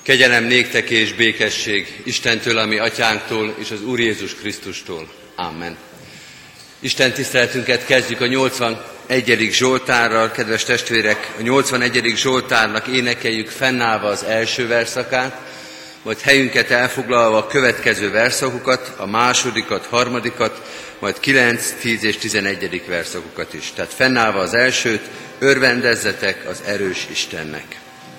Kegyelem néktek és békesség Istentől, a mi atyánktól és az Úr Jézus Krisztustól. Amen. Isten tiszteletünket kezdjük a 81. Zsoltárral. Kedves testvérek, a 81. Zsoltárnak énekeljük fennállva az első verszakát, majd helyünket elfoglalva a következő verszakokat, a másodikat, harmadikat, majd 9, 10 és 11. verszakokat is. Tehát fennállva az elsőt, örvendezzetek az erős Istennek.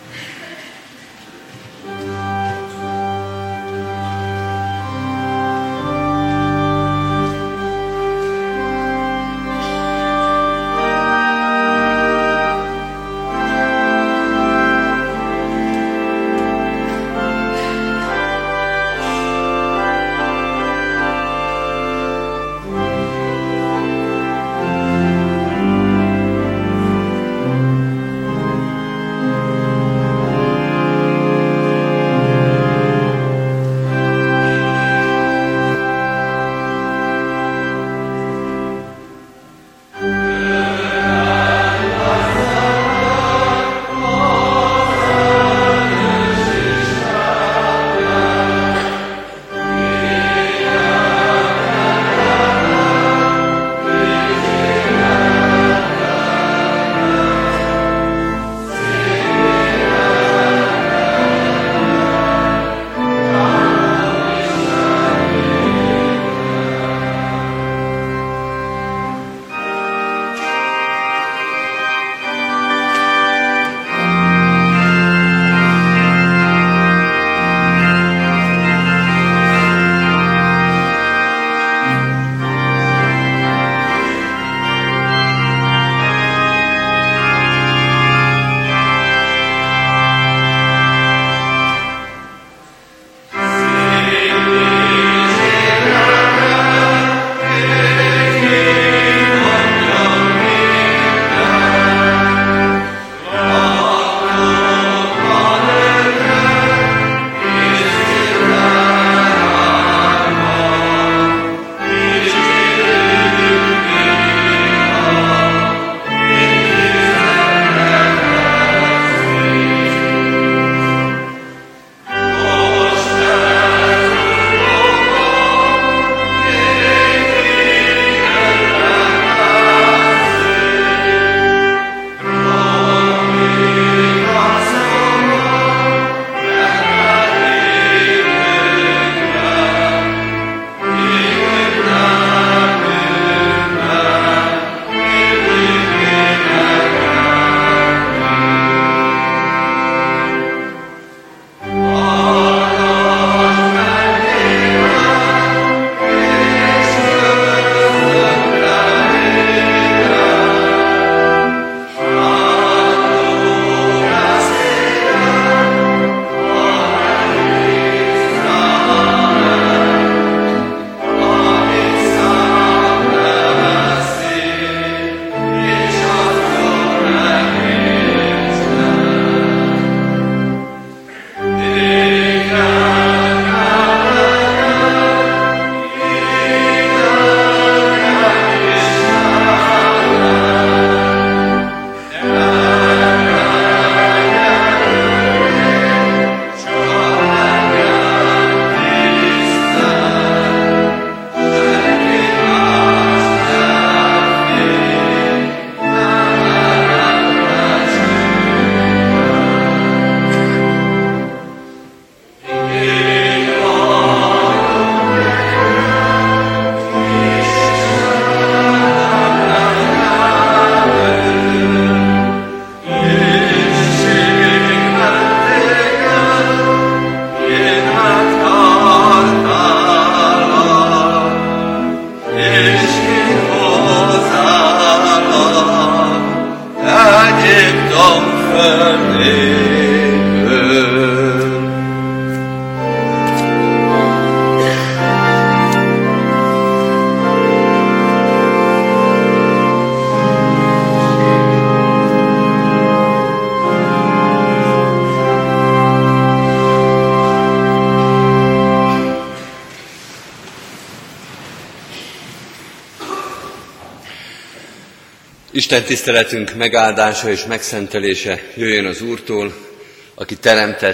Isten tiszteletünk megáldása és megszentelése jöjjön az Úrtól, aki teremtett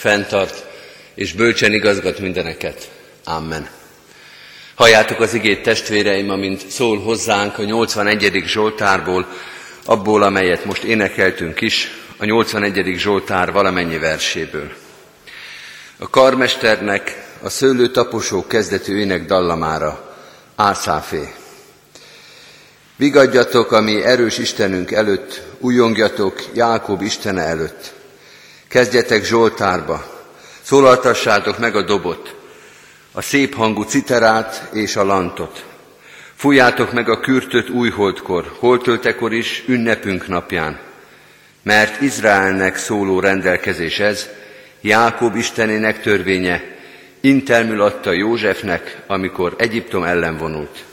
fenntart, és bölcsen igazgat mindeneket. Amen. Halljátok az igét, testvéreim, amint szól hozzánk a 81. Zsoltárból, abból, amelyet most énekeltünk is, a 81. Zsoltár valamennyi verséből. A karmesternek a szőlőtaposó kezdetű ének dallamára, Ászáfé. Vigadjatok a mi erős Istenünk előtt, újongjatok Jákob Istene előtt. Kezdjetek zsoltárba, szólaltassátok meg a dobot, a szép hangú citerát és a lantot. Fújjátok meg a kürtöt újholdkor, holtöltekor is, ünnepünk napján. Mert Izraelnek szóló rendelkezés ez, Jákob Istenének törvénye, intelmül adta Józsefnek, amikor Egyiptom ellen vonult.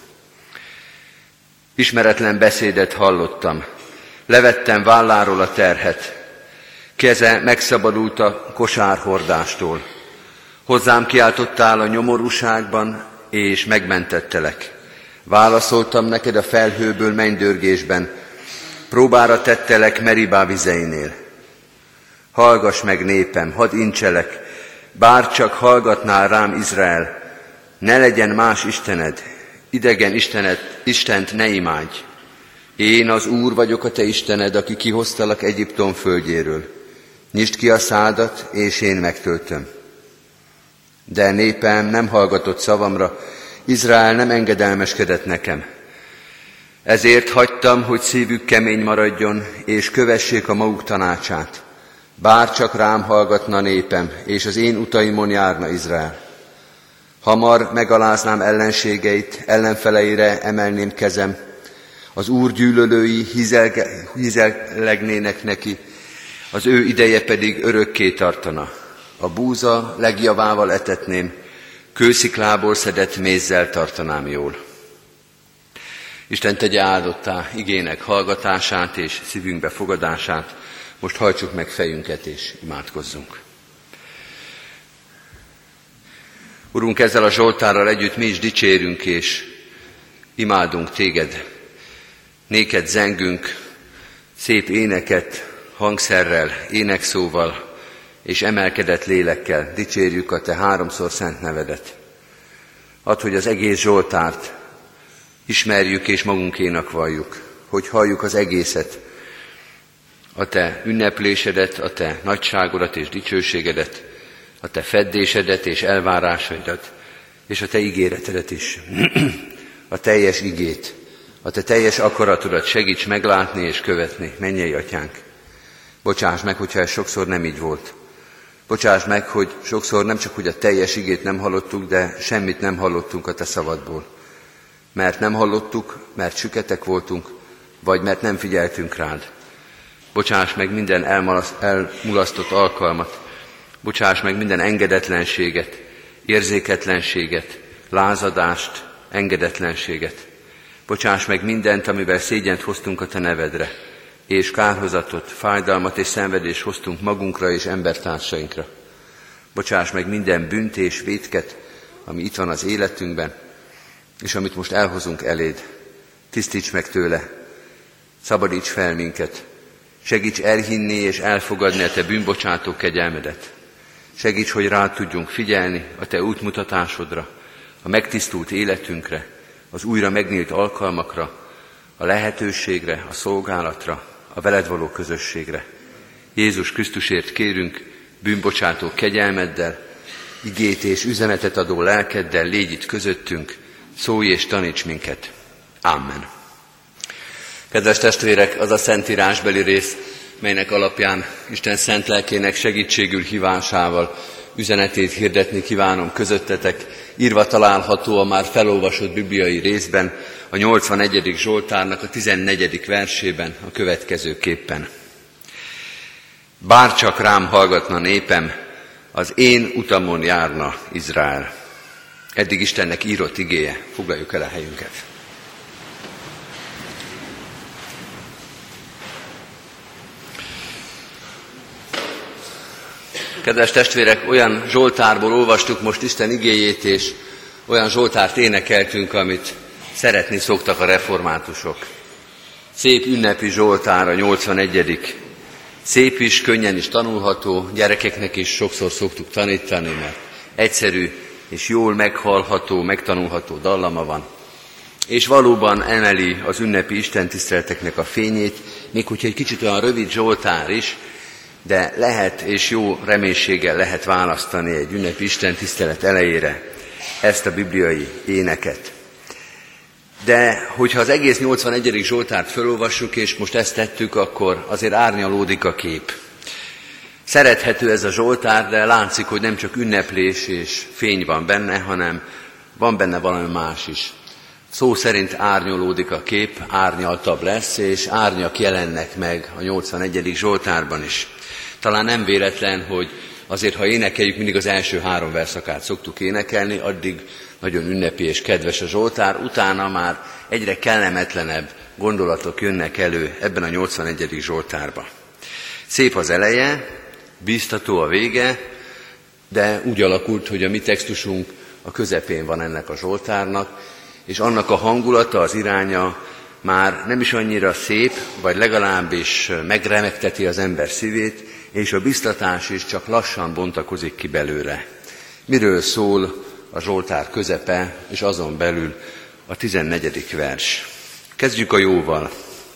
Ismeretlen beszédet hallottam, levettem válláról a terhet, keze megszabadult a kosárhordástól. Hozzám kiáltottál a nyomorúságban, és megmentettelek. Válaszoltam neked a felhőből mennydörgésben, próbára tettelek Meribá vizeinél. Hallgass meg, népem, hadd incselek, bár csak hallgatnál rám Izrael, ne legyen más istened, idegen Istent ne imádj. Én az Úr vagyok a te Istened, aki kihoztalak Egyiptom földjéről. Nyisd ki a szádat, és én megtöltöm. De népem nem hallgatott szavamra, Izrael nem engedelmeskedett nekem. Ezért hagytam, hogy szívük kemény maradjon, és kövessék a maguk tanácsát. Bár csak rám hallgatna népem, és az én utaimon járna Izrael. Hamar megaláznám ellenségeit, ellenfeleire emelném kezem, az Úr gyűlölői hízellegnének neki, az ő ideje pedig örökké tartana. A búza legjavával etetném, kősziklából szedett mézzel tartanám jól. Isten tegye áldottá igének hallgatását és szívünkbe fogadását. Most hajtsuk meg fejünket és imádkozzunk. Urunk, ezzel a Zsoltárral együtt mi is dicsérünk és imádunk téged. Néked zengünk szép éneket, hangszerrel, énekszóval és emelkedett lélekkel. Dicsérjük a te háromszor szent nevedet. Add, hogy az egész Zsoltárt ismerjük és magunkénak valljuk, hogy halljuk az egészet, a te ünneplésedet, a te nagyságodat és dicsőségedet, a te feddésedet és elvárásaidat, és a te ígéretedet is, a teljes igét, a te teljes akaratodat segíts meglátni és követni, mennyei atyánk. Bocsáss meg, hogyha ez sokszor nem így volt. Bocsáss meg, hogy sokszor nem csak, hogy a teljes igét nem hallottuk, de semmit nem hallottunk a te szavadból. Mert nem hallottuk, mert süketek voltunk, vagy mert nem figyeltünk rád. Bocsáss meg minden elmulasztott alkalmat, bocsáss meg minden engedetlenséget, érzéketlenséget, lázadást, engedetlenséget. Bocsáss meg mindent, amivel szégyent hoztunk a te nevedre, és kárhozatot, fájdalmat és szenvedést hoztunk magunkra és embertársainkra. Bocsáss meg minden bűnt és vétket, ami itt van az életünkben, és amit most elhozunk eléd. Tisztíts meg tőle, szabadíts fel minket, segíts elhinni és elfogadni a te bűnbocsátó kegyelmedet. Segíts, hogy rád tudjunk figyelni a te útmutatásodra, a megtisztult életünkre, az újra megnyílt alkalmakra, a lehetőségre, a szolgálatra, a veled való közösségre. Jézus Krisztusért kérünk, bűnbocsátó kegyelmeddel, igét és üzenetet adó lelkeddel légy itt közöttünk, szólj és taníts minket. Amen. Kedves testvérek, az a szentírásbeli rész, melynek alapján Isten szent lelkének segítségül hívásával üzenetét hirdetni kívánom közöttetek, írva található a már felolvasott bibliai részben, a 81. Zsoltárnak a 14. versében a következőképpen. Bár csak rám hallgatna népem, az én utamon járna Izrael. Eddig Istennek írott igéje, foglaljuk el a helyünket. Kedves testvérek, olyan Zsoltárból olvastuk most Isten igéjét, és olyan Zsoltárt énekeltünk, amit szeretni szoktak a reformátusok. Szép ünnepi Zsoltár, a 81. Szép is, könnyen is tanulható, gyerekeknek is sokszor szoktuk tanítani, mert egyszerű és jól meghallható, megtanulható dallama van. És valóban emeli az ünnepi istentiszteleteknek a fényét, még hogyha egy kicsit olyan rövid zsoltár is, de lehet és jó reménységgel lehet választani egy ünnepi istentisztelet elejére ezt a bibliai éneket. De hogyha az egész 81. Zsoltárt felolvassuk, és most ezt tettük, akkor azért árnyalódik a kép. Szerethető ez a Zsoltár, de látszik, hogy nem csak ünneplés és fény van benne, hanem van benne valami más is. Szó szerint árnyalódik a kép, árnyaltabb lesz, és árnyak jelennek meg a 81. Zsoltárban is. Talán nem véletlen, hogy azért, ha énekeljük, mindig az első 3 verszakát szoktuk énekelni, addig nagyon ünnepi és kedves a Zsoltár, utána már egyre kellemetlenebb gondolatok jönnek elő ebben a 81. Zsoltárban. Szép az eleje, bíztató a vége, de úgy alakult, hogy a mi textusunk a közepén van ennek a Zsoltárnak, és annak a hangulata, az iránya már nem is annyira szép, vagy legalábbis megremegteti az ember szívét, és a biztatás is csak lassan bontakozik ki belőle. Miről szól a Zsoltár közepe, és azon belül a 14. vers. Kezdjük a jóval,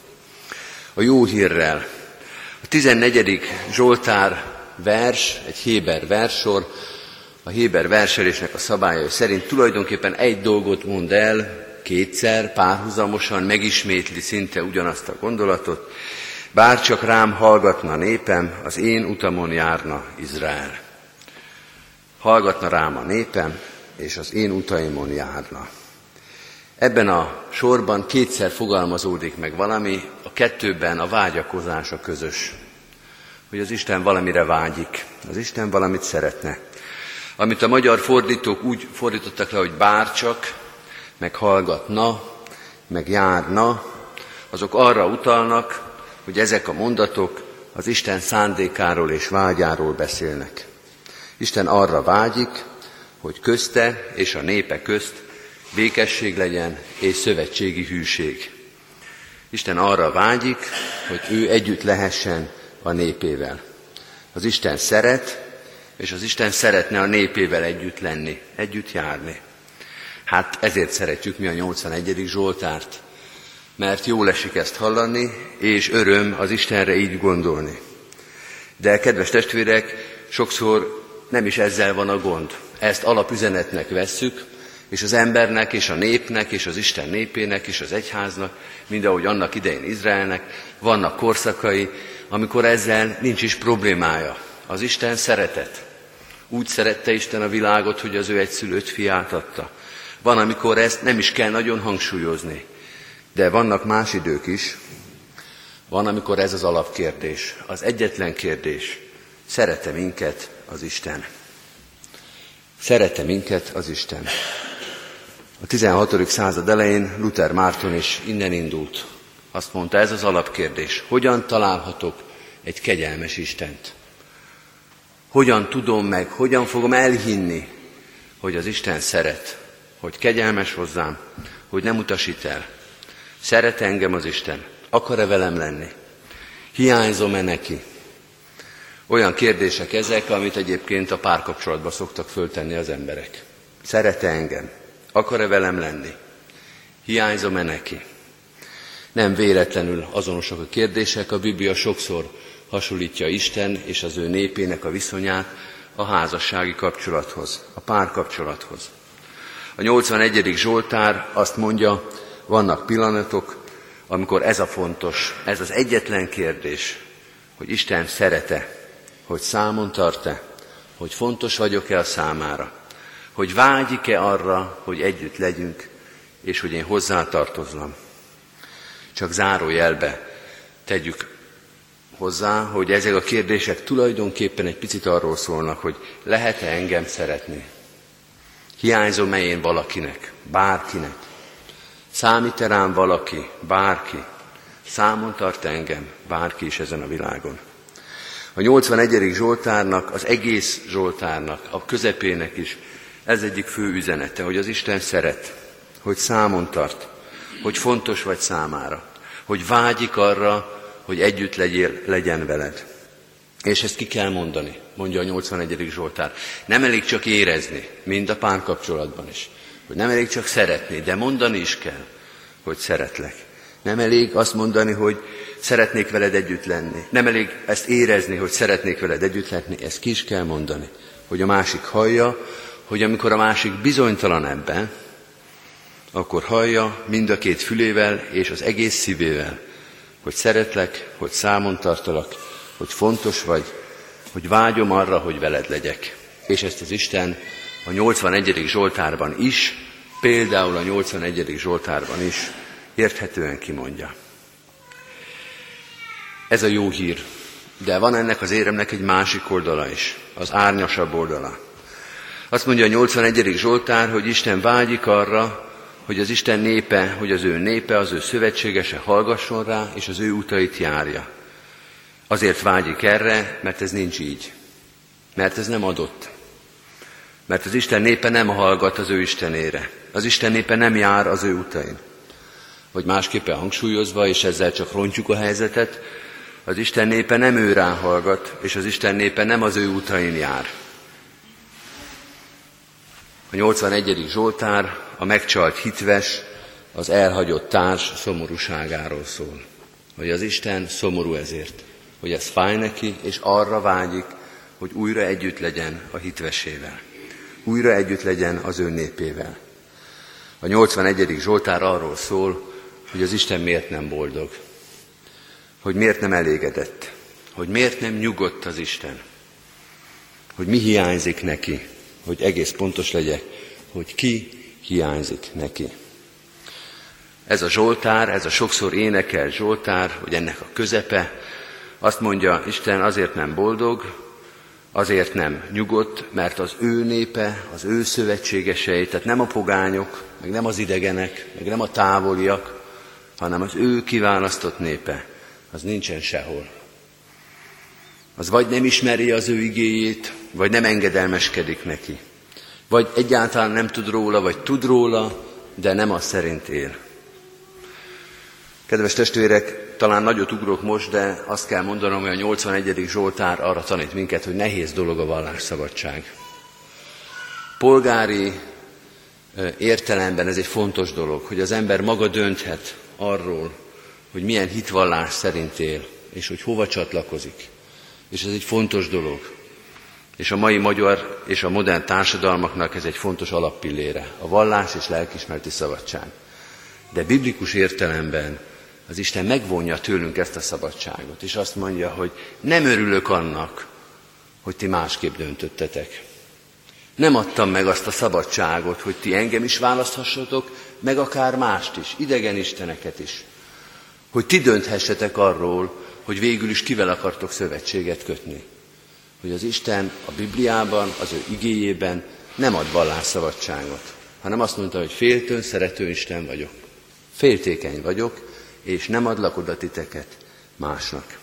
a jó hírrel. A 14. Zsoltár vers, egy héber verssor, a héber verselésnek a szabályai szerint tulajdonképpen egy dolgot mond el, kétszer, párhuzamosan megismétli szinte ugyanazt a gondolatot. Bár csak rám hallgatna népem, az én utamon járna Izrael. Hallgatna rám a népem, és az én utaimon járna. Ebben a sorban kétszer fogalmazódik meg valami, a kettőben a vágyakozás a közös. Hogy az Isten valamire vágyik, az Isten valamit szeretne. Amit a magyar fordítók úgy fordítottak le, hogy bárcsak, meg hallgatna, meg járna, azok arra utalnak, hogy ezek a mondatok az Isten szándékáról és vágyáról beszélnek. Isten arra vágyik, hogy közte és a népe közt békesség legyen és szövetségi hűség. Isten arra vágyik, hogy ő együtt lehessen a népével. Az Isten szeret, és az Isten szeretne a népével együtt lenni, együtt járni. Hát ezért szeretjük mi a 81. Zsoltárt, mert jól esik ezt hallani, és öröm az Istenre így gondolni. De kedves testvérek, sokszor nem is ezzel van a gond. Ezt alapüzenetnek vesszük, és az embernek, és a népnek, és az Isten népének, és az egyháznak, mind ahogy annak idején Izraelnek, vannak korszakai, amikor ezzel nincs is problémája. Az Isten szeretet. Úgy szerette Isten a világot, hogy az ő egyszülött fiát adta. Van, amikor ezt nem is kell nagyon hangsúlyozni. De vannak más idők is. Van, amikor ez az alapkérdés, az egyetlen kérdés. Szerette minket az Isten? Szerette minket az Isten? A 16. század elején Luther Márton is innen indult. Azt mondta, ez az alapkérdés. Hogyan találhatok egy kegyelmes Istent? Hogyan tudom meg, hogyan fogom elhinni, hogy az Isten szeret, hogy kegyelmes hozzám, hogy nem utasít el? Szeret engem az Isten? Akar-e velem lenni? Hiányzom-e neki? Olyan kérdések ezek, amit egyébként a párkapcsolatban szoktak föltenni az emberek. Szeret-e engem? Akar-e velem lenni? Hiányzom-e neki? Nem véletlenül azonosak a kérdések, a Biblia sokszor hasonlítja Isten és az ő népének a viszonyát a házassági kapcsolathoz, a párkapcsolathoz. A 81. Zsoltár azt mondja, vannak pillanatok, amikor ez a fontos, ez az egyetlen kérdés, hogy Isten szeret-e, hogy számon tart-e, hogy fontos vagyok-e a számára, hogy vágyik-e arra, hogy együtt legyünk, és hogy én hozzátartoznom. Csak zárójelbe tegyük hozzá, hogy ezek a kérdések tulajdonképpen egy picit arról szólnak, hogy lehet-e engem szeretni? Hiányzom-e én valakinek, bárkinek? Számít-e rám valaki, bárki? Számon tart engem, bárki is ezen a világon? A 81. Zsoltárnak, az egész Zsoltárnak, a közepének is ez egyik fő üzenete, hogy az Isten szeret, hogy számon tart, hogy fontos vagy számára, hogy vágyik arra, hogy együtt legyen veled. És ezt ki kell mondani, mondja a 81. Zsoltár. Nem elég csak érezni, mind a párkapcsolatban is. Hogy nem elég csak szeretni, de mondani is kell, hogy szeretlek. Nem elég azt mondani, hogy szeretnék veled együtt lenni. Nem elég ezt érezni, hogy szeretnék veled együtt lenni, ezt ki is kell mondani. Hogy a másik hallja, hogy amikor a másik bizonytalan ebben, akkor hallja mind a két fülével és az egész szívével, hogy szeretlek, hogy számon tartalak, hogy fontos vagy, hogy vágyom arra, hogy veled legyek. És ezt az Isten a 81. Zsoltárban is, például a 81. Zsoltárban is érthetően kimondja. Ez a jó hír, de van ennek az éremnek egy másik oldala is, az árnyasabb oldala. Azt mondja a 81. Zsoltár, hogy Isten vágyik arra, hogy az Isten népe, hogy az ő népe, az ő szövetségese hallgasson rá, és az ő utait járja. Azért vágyik erre, mert ez nincs így. Mert ez nem adott. Mert az Isten népe nem hallgat az ő Istenére. Az Isten népe nem jár az ő utain. Vagy másképpen hangsúlyozva, és ezzel csak rontjuk a helyzetet, az Isten népe nem ő rá hallgat, és az Isten népe nem az ő utain jár. A 81. Zsoltár a megcsalt hitves, az elhagyott társ szomorúságáról szól. Hogy az Isten szomorú ezért, hogy ez fáj neki, és arra vágyik, hogy újra együtt legyen a hitvesével. Újra együtt legyen az ő népével. A 81. Zsoltár arról szól, hogy az Isten miért nem boldog, hogy miért nem elégedett, hogy miért nem nyugodt az Isten, hogy mi hiányzik neki, hogy egész pontos legyek, hogy ki hiányzik neki. Ez a Zsoltár, ez a sokszor énekelt Zsoltár, hogy ennek a közepe, azt mondja, Isten azért nem boldog, azért nem nyugodt, mert az ő népe, az ő szövetségesei, tehát nem a pogányok, meg nem az idegenek, meg nem a távoliak, hanem az ő kiválasztott népe, az nincsen sehol. Az vagy nem ismeri az ő igéjét, vagy nem engedelmeskedik neki. Vagy egyáltalán nem tud róla, vagy tud róla, de nem az szerint él. Kedves testvérek, talán nagyot ugrok most, de azt kell mondanom, hogy a 81. Zsoltár arra tanít minket, hogy nehéz dolog a vallásszabadság. Polgári értelemben ez egy fontos dolog, hogy az ember maga dönthet arról, hogy milyen hitvallás szerint él, és hogy hova csatlakozik. És ez egy fontos dolog. És a mai magyar és a modern társadalmaknak ez egy fontos alappillére, a vallás és lelkiismereti szabadság. De biblikus értelemben az Isten megvonja tőlünk ezt a szabadságot, és azt mondja, hogy nem örülök annak, hogy ti másképp döntöttetek. Nem adtam meg azt a szabadságot, hogy ti engem is választhassatok, meg akár mást is, idegen isteneket is. Hogy ti dönthessetek arról, hogy végül is kivel akartok szövetséget kötni. Hogy az Isten a Bibliában, az ő igéjében nem ad vallásszabadságot, hanem azt mondta, hogy féltőn szerető Isten vagyok. Féltékeny vagyok, és nem adlak oda titeket másnak.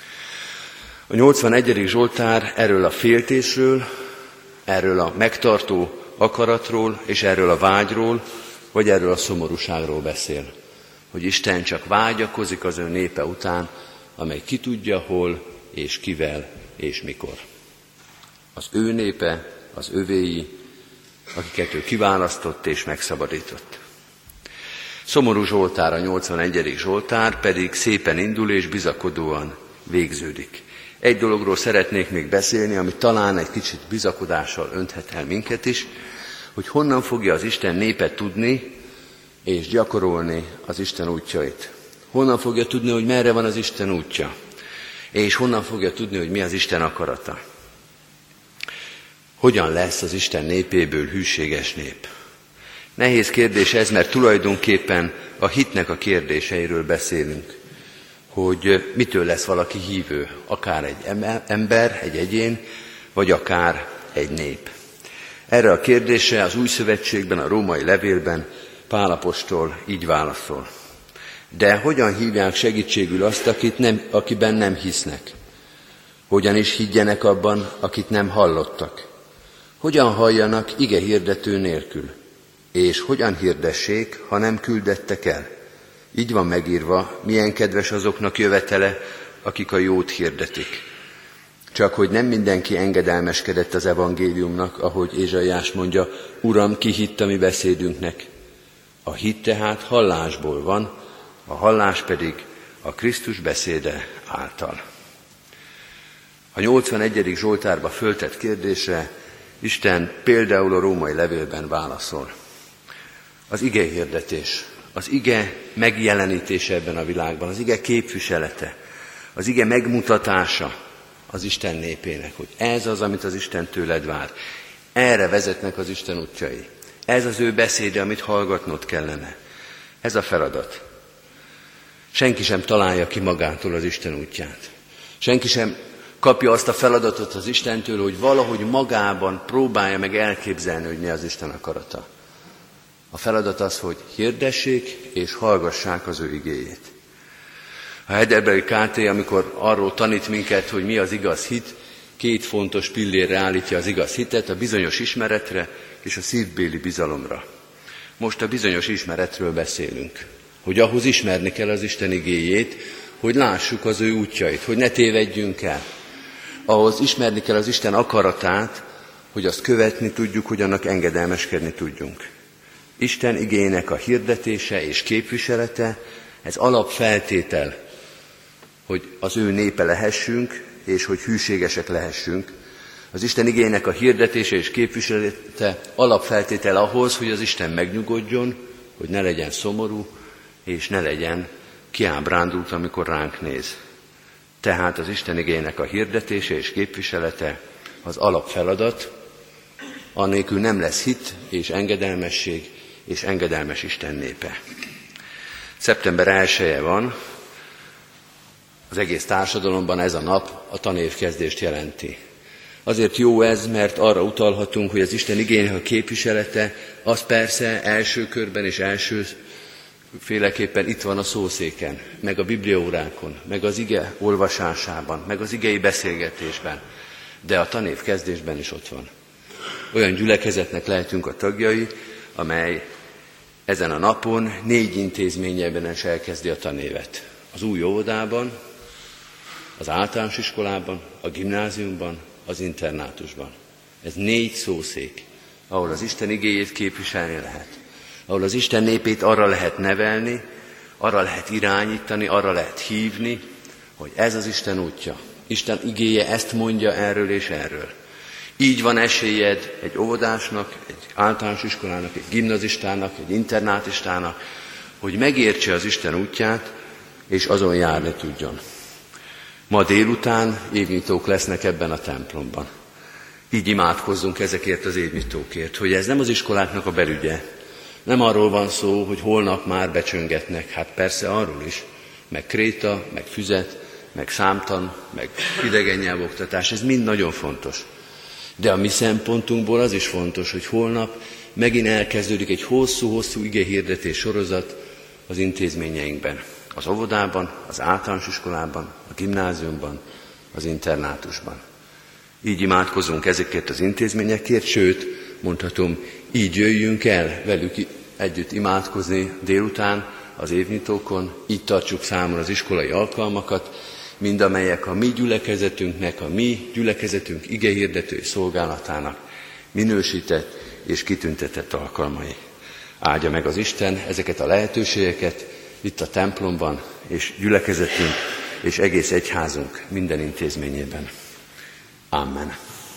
A 81. Zsoltár erről a féltésről, erről a megtartó akaratról, és erről a vágyról, vagy erről a szomorúságról beszél. Hogy Isten csak vágyakozik az ő népe után, amely ki tudja hol, és kivel, és mikor. Az ő népe, az övéi, akiket ő kiválasztott és megszabadított. Szomorú Zsoltár, a 81. Zsoltár pedig szépen indul és bizakodóan végződik. Egy dologról szeretnék még beszélni, ami talán egy kicsit bizakodással önthet el minket is, hogy honnan fogja az Isten népe tudni és gyakorolni az Isten útjait. Honnan fogja tudni, hogy merre van az Isten útja, és honnan fogja tudni, hogy mi az Isten akarata. Hogyan lesz az Isten népéből hűséges nép? Nehéz kérdés ez, mert tulajdonképpen a hitnek a kérdéseiről beszélünk, hogy mitől lesz valaki hívő, akár egy ember, egy egyén, vagy akár egy nép. Erre a kérdésre az Új Szövetségben, a római levélben Pál apostol így válaszol. De hogyan hívják segítségül azt, akiben nem hisznek? Hogyan is higgyenek abban, akit nem hallottak? Hogyan halljanak ige hirdető nélkül? És hogyan hirdessék, ha nem küldettek el? Így van megírva, milyen kedves azoknak jövetele, akik a jót hirdetik. csak hogy nem mindenki engedelmeskedett az evangéliumnak, ahogy Ézsaiás mondja, Uram, ki hitt a mi beszédünknek? A hit tehát hallásból van, a hallás pedig a Krisztus beszéde által. A 81. Zsoltárba föltett kérdésre Isten például a római levélben válaszol. Az ige hirdetés, az ige megjelenítése ebben a világban, az ige képviselete, az ige megmutatása az Isten népének, hogy ez az, amit az Isten tőled vár. Erre vezetnek az Isten útjai. Ez az ő beszéde, amit hallgatnod kellene. Ez a feladat. Senki sem találja ki magától az Isten útját. Senki sem kapja azt a feladatot az Istentől, hogy valahogy magában próbálja meg elképzelni, hogy mi az Isten akarata. A feladat az, hogy hirdessék és hallgassák az ő igéjét. A Heidelbergi KT, amikor arról tanít minket, hogy mi az igaz hit, két fontos pillérre állítja az igaz hitet, a bizonyos ismeretre és a szívbéli bizalomra. Most a bizonyos ismeretről beszélünk, hogy ahhoz ismerni kell az Isten igéjét, hogy lássuk az ő útjait, hogy ne tévedjünk el. Ahhoz ismerni kell az Isten akaratát, hogy azt követni tudjuk, hogy annak engedelmeskedni tudjunk. Isten igének a hirdetése és képviselete, ez alapfeltétel, hogy az ő népe lehessünk, és hogy hűségesek lehessünk. Az Isten igének a hirdetése és képviselete alapfeltétel ahhoz, hogy az Isten megnyugodjon, hogy ne legyen szomorú, és ne legyen kiábrándult, amikor ránk néz. Tehát az Isten igének a hirdetése és képviselete az alapfeladat, annélkül nem lesz hit és engedelmesség és engedelmes Isten népe. Szeptember 1-e van, az egész társadalomban ez a nap a tanévkezdést jelenti. Azért jó ez, mert arra utalhatunk, hogy az Isten igének a képviselete, az persze első körben és elsőféleképpen itt van a szószéken, meg a bibliaórákon, meg az ige olvasásában, meg az igei beszélgetésben, de a tanévkezdésben is ott van. Olyan gyülekezetnek lehetünk a tagjai, amely ezen a napon 4 intézményben is elkezdi a tanévet. Az új óvodában, az általános iskolában, a gimnáziumban, az internátusban. Ez 4 szószék, ahol az Isten igéjét képviselni lehet. Ahol az Isten népét arra lehet nevelni, arra lehet irányítani, arra lehet hívni, hogy ez az Isten útja. Isten igéje ezt mondja erről és erről. Így van esélyed egy óvodásnak, egy általános iskolának, egy gimnazistának, egy internátistának, hogy megértse az Isten útját, és azon járni tudjon. Ma délután évnyitók lesznek ebben a templomban. Így imádkozzunk ezekért az évnyitókért, hogy ez nem az iskoláknak a belügye. Nem arról van szó, hogy holnap már becsöngetnek, hát persze arról is, meg kréta, meg füzet, meg számtan, meg idegen nyelvoktatás, ez mind nagyon fontos. De a mi szempontunkból az is fontos, hogy holnap megint elkezdődik egy hosszú-hosszú igehirdetés sorozat az intézményeinkben. Az óvodában, az általános iskolában, a gimnáziumban, az internátusban. Így imádkozunk ezekért az intézményekért, sőt, mondhatom, így jöjjünk el velük együtt imádkozni délután az évnyitókon, így tartsuk számon az iskolai alkalmakat, mindamelyek a mi gyülekezetünknek, a mi gyülekezetünk igehirdető szolgálatának minősített és kitüntetett alkalmai. Áldja meg az Isten ezeket a lehetőségeket itt a templomban, és gyülekezetünk, és egész egyházunk minden intézményében. Amen.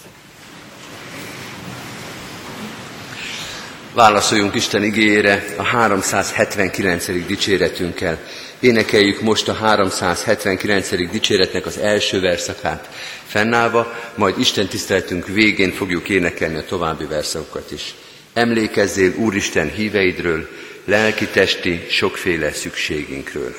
Válaszoljunk Isten igéjére a 379. dicséretünkkel. Énekeljük most a 379. dicséretnek az első verszakát fennállva, majd Isten tiszteletünk végén fogjuk énekelni a további verszakokat is. Emlékezzél Úristen híveidről, lelki-testi sokféle szükségünkről.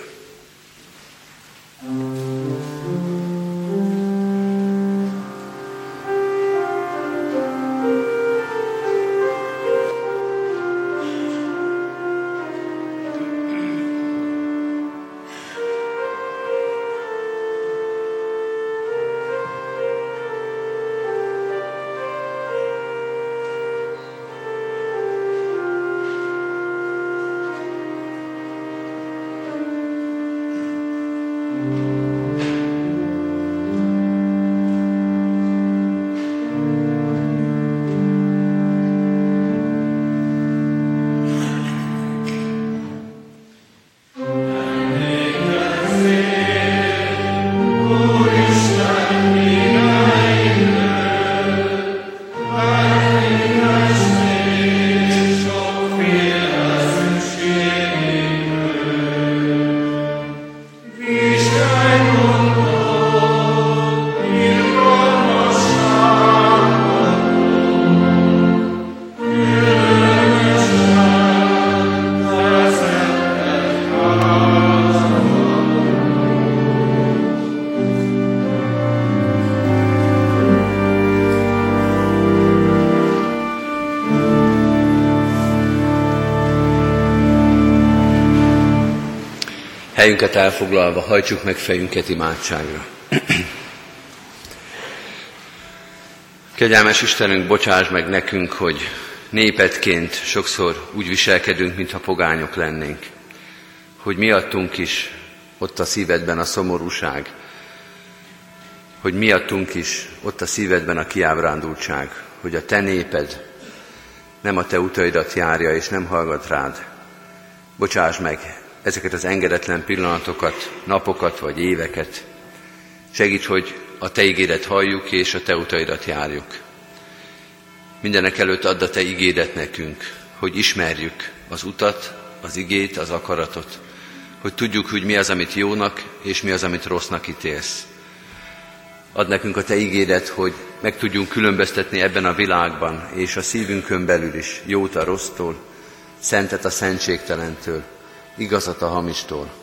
Helyünket elfoglalva hajtsuk meg fejünket imádságra. Kegyelmes Istenünk, bocsáss meg nekünk, hogy népedként sokszor úgy viselkedünk, mintha pogányok lennénk. Hogy miattunk is ott a szívedben a szomorúság, hogy miattunk is ott a szívedben a kiábrándultság, hogy a te néped nem a te utaidat járja és nem hallgat rád. Bocsáss meg ezeket az engedetlen pillanatokat, napokat vagy éveket. Segíts, hogy a te igédet halljuk és a te utaidat járjuk. Mindenek előtt add a te igédet nekünk, hogy ismerjük az utat, az igét, az akaratot, hogy tudjuk, hogy mi az, amit jónak, és mi az, amit rossznak ítélsz. Add nekünk a te igédet, hogy meg tudjunk különböztetni ebben a világban, és a szívünkön belül is jót a rossztól, szentet a szentségtelentől, igazat a hamistól.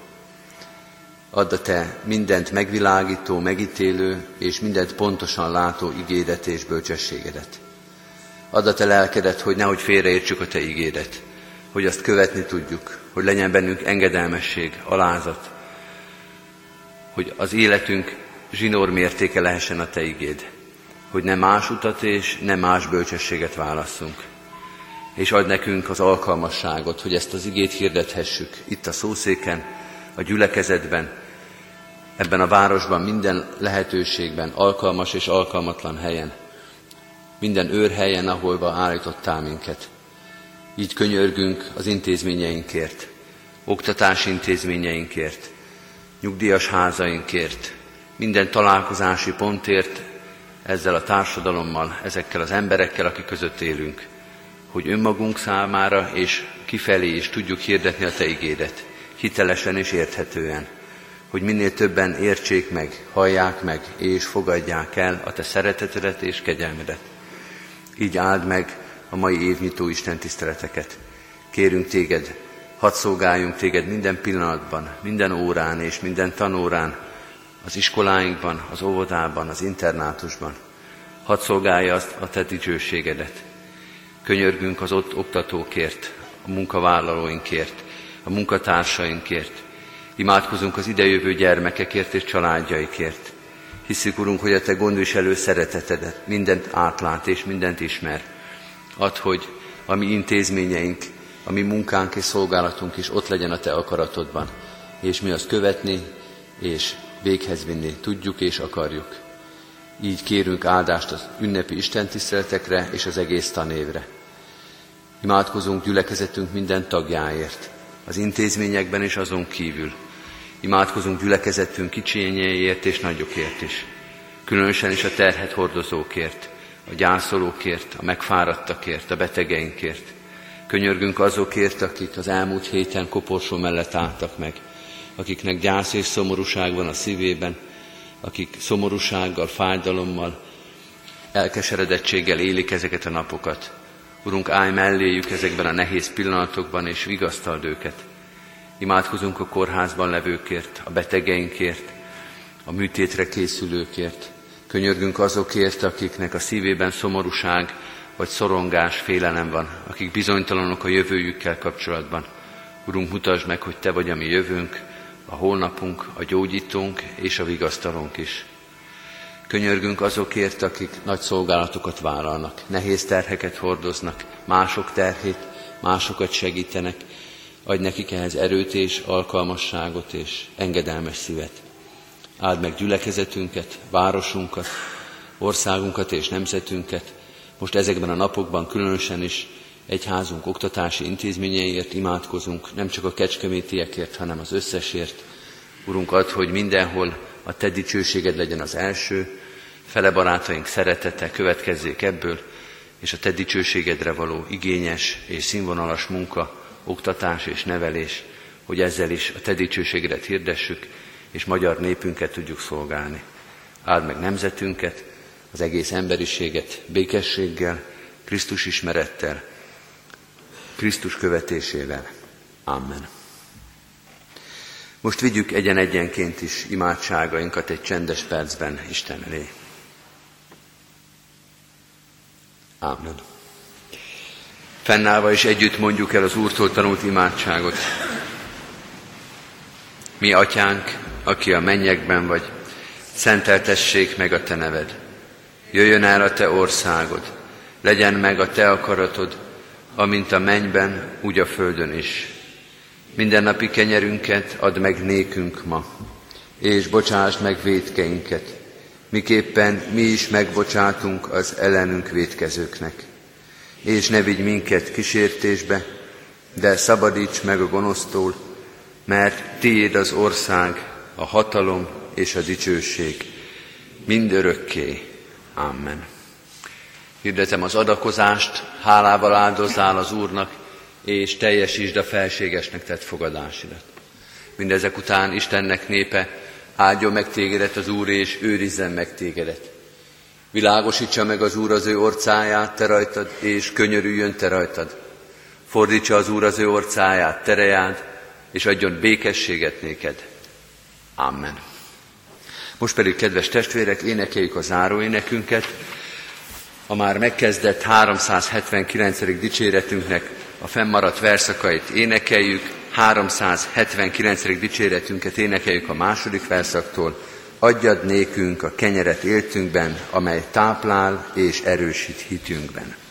Add a te mindent megvilágító, megítélő, és mindent pontosan látó igédet és bölcsességedet. Add a te lelkedet, hogy nehogy félreértsük a te igédet, hogy azt követni tudjuk, hogy legyen bennünk engedelmesség, alázat, hogy az életünk zsinór mértéke lehessen a te igéd, hogy ne más utat és ne más bölcsességet válasszunk. És add nekünk az alkalmasságot, hogy ezt az igét hirdethessük itt a szószéken, a gyülekezetben, ebben a városban, minden lehetőségben, alkalmas és alkalmatlan helyen, minden őrhelyen, ahol állítottál minket. Így könyörgünk az intézményeinkért, oktatási intézményeinkért, nyugdíjas házainkért, minden találkozási pontért ezzel a társadalommal, ezekkel az emberekkel, akik között élünk, hogy önmagunk számára és kifelé is tudjuk hirdetni a te igédet, hitelesen és érthetően, hogy minél többen értsék meg, hallják meg és fogadják el a te szeretetedet és kegyelmedet. Így áld meg a mai évnyitó istentiszteleteket. Kérünk téged, hadd szolgáljunk téged minden pillanatban, minden órán és minden tanórán, az iskoláinkban, az óvodában, az internátusban. Hadd szolgálja azt a te dicsőségedet. Könyörgünk az ott oktatókért, a munkavállalóinkért, a munkatársainkért. Imádkozunk az idejövő gyermekekért és családjaikért. Hisszük, Urunk, hogy a te gondviselő szeretetedet mindent átlát és mindent ismer. Add, hogy a mi intézményeink, a mi munkánk és szolgálatunk is ott legyen a te akaratodban, és mi azt követni és véghez vinni tudjuk és akarjuk. Így kérünk áldást az ünnepi istentiszteletekre és az egész tanévre. Imádkozunk gyülekezetünk minden tagjáért, az intézményekben és azon kívül. Imádkozunk gyülekezetünk kicsényéért és nagyokért is. Különösen is a terhet hordozókért, a gyászolókért, a megfáradtakért, a betegeinkért. Könyörgünk azokért, akik az elmúlt héten koporsó mellett álltak meg, akiknek gyász és szomorúság van a szívében, akik szomorúsággal, fájdalommal, elkeseredettséggel élik ezeket a napokat. Urunk, állj melléjük ezekben a nehéz pillanatokban, és vigasztald őket. Imádkozunk a kórházban levőkért, a betegeinkért, a műtétre készülőkért. Könyörgünk azokért, akiknek a szívében szomorúság vagy szorongás, félelem van, akik bizonytalanok a jövőjükkel kapcsolatban. Urunk, mutasd meg, hogy te vagy a mi jövőnk, a holnapunk, a gyógyítónk és a vigasztalónk is. Könyörgünk azokért, akik nagy szolgálatokat vállalnak, nehéz terheket hordoznak, mások terhét, másokat segítenek. Adj nekik ehhez erőt és alkalmasságot és engedelmes szívet. Áld meg gyülekezetünket, városunkat, országunkat és nemzetünket. Most ezekben a napokban különösen is egyházunk oktatási intézményeiért imádkozunk, nem csak a kecskemétiekért, hanem az összesért. Urunk, add, hogy mindenhol a te dicsőséged legyen az első, fele barátaink szeretete következzék ebből, és a te dicsőségedre való igényes és színvonalas munka, oktatás és nevelés, hogy ezzel is a te dicsőségedet hirdessük, és magyar népünket tudjuk szolgálni. Áld meg nemzetünket, az egész emberiséget békességgel, Krisztus ismerettel, Krisztus követésével. Amen. Most vigyük egyen-egyenként is imádságainkat egy csendes percben Isten elé. Amen. Fennállva és együtt mondjuk el az Úrtól tanult imádságot. Mi atyánk, aki a mennyekben vagy, szenteltessék meg a te neved. Jöjjön el a te országod, legyen meg a te akaratod, amint a mennyben, úgy a földön is. Mindennapi kenyerünket add meg nékünk ma, és bocsásd meg vétkeinket, miképpen mi is megbocsátunk az ellenünk vétkezőknek. És ne vigy minket kísértésbe, de szabadíts meg a gonosztól, mert tiéd az ország, a hatalom és a dicsőség, mindörökké. Amen. Hirdetem az adakozást, hálával áldozzál az Úrnak, és teljesítsd a felségesnek tett fogadásidat. Mindezek után Istennek népe, áldjon meg tégedet az Úr, és őrizzen meg tégedet. Világosítsa meg az Úr az ő orcáját te rajtad, és könyörüljön te rajtad. Fordítsa az Úr az ő orcáját te reád, és adjon békességet néked. Amen. Most pedig, kedves testvérek, énekeljük a záróénekünket. A már megkezdett 379. dicséretünknek a fennmaradt verszakait énekeljük. 379. dicséretünket énekeljük a második verszaktól. Adjad nékünk a kenyeret éltünkben, amely táplál és erősít hitünkben.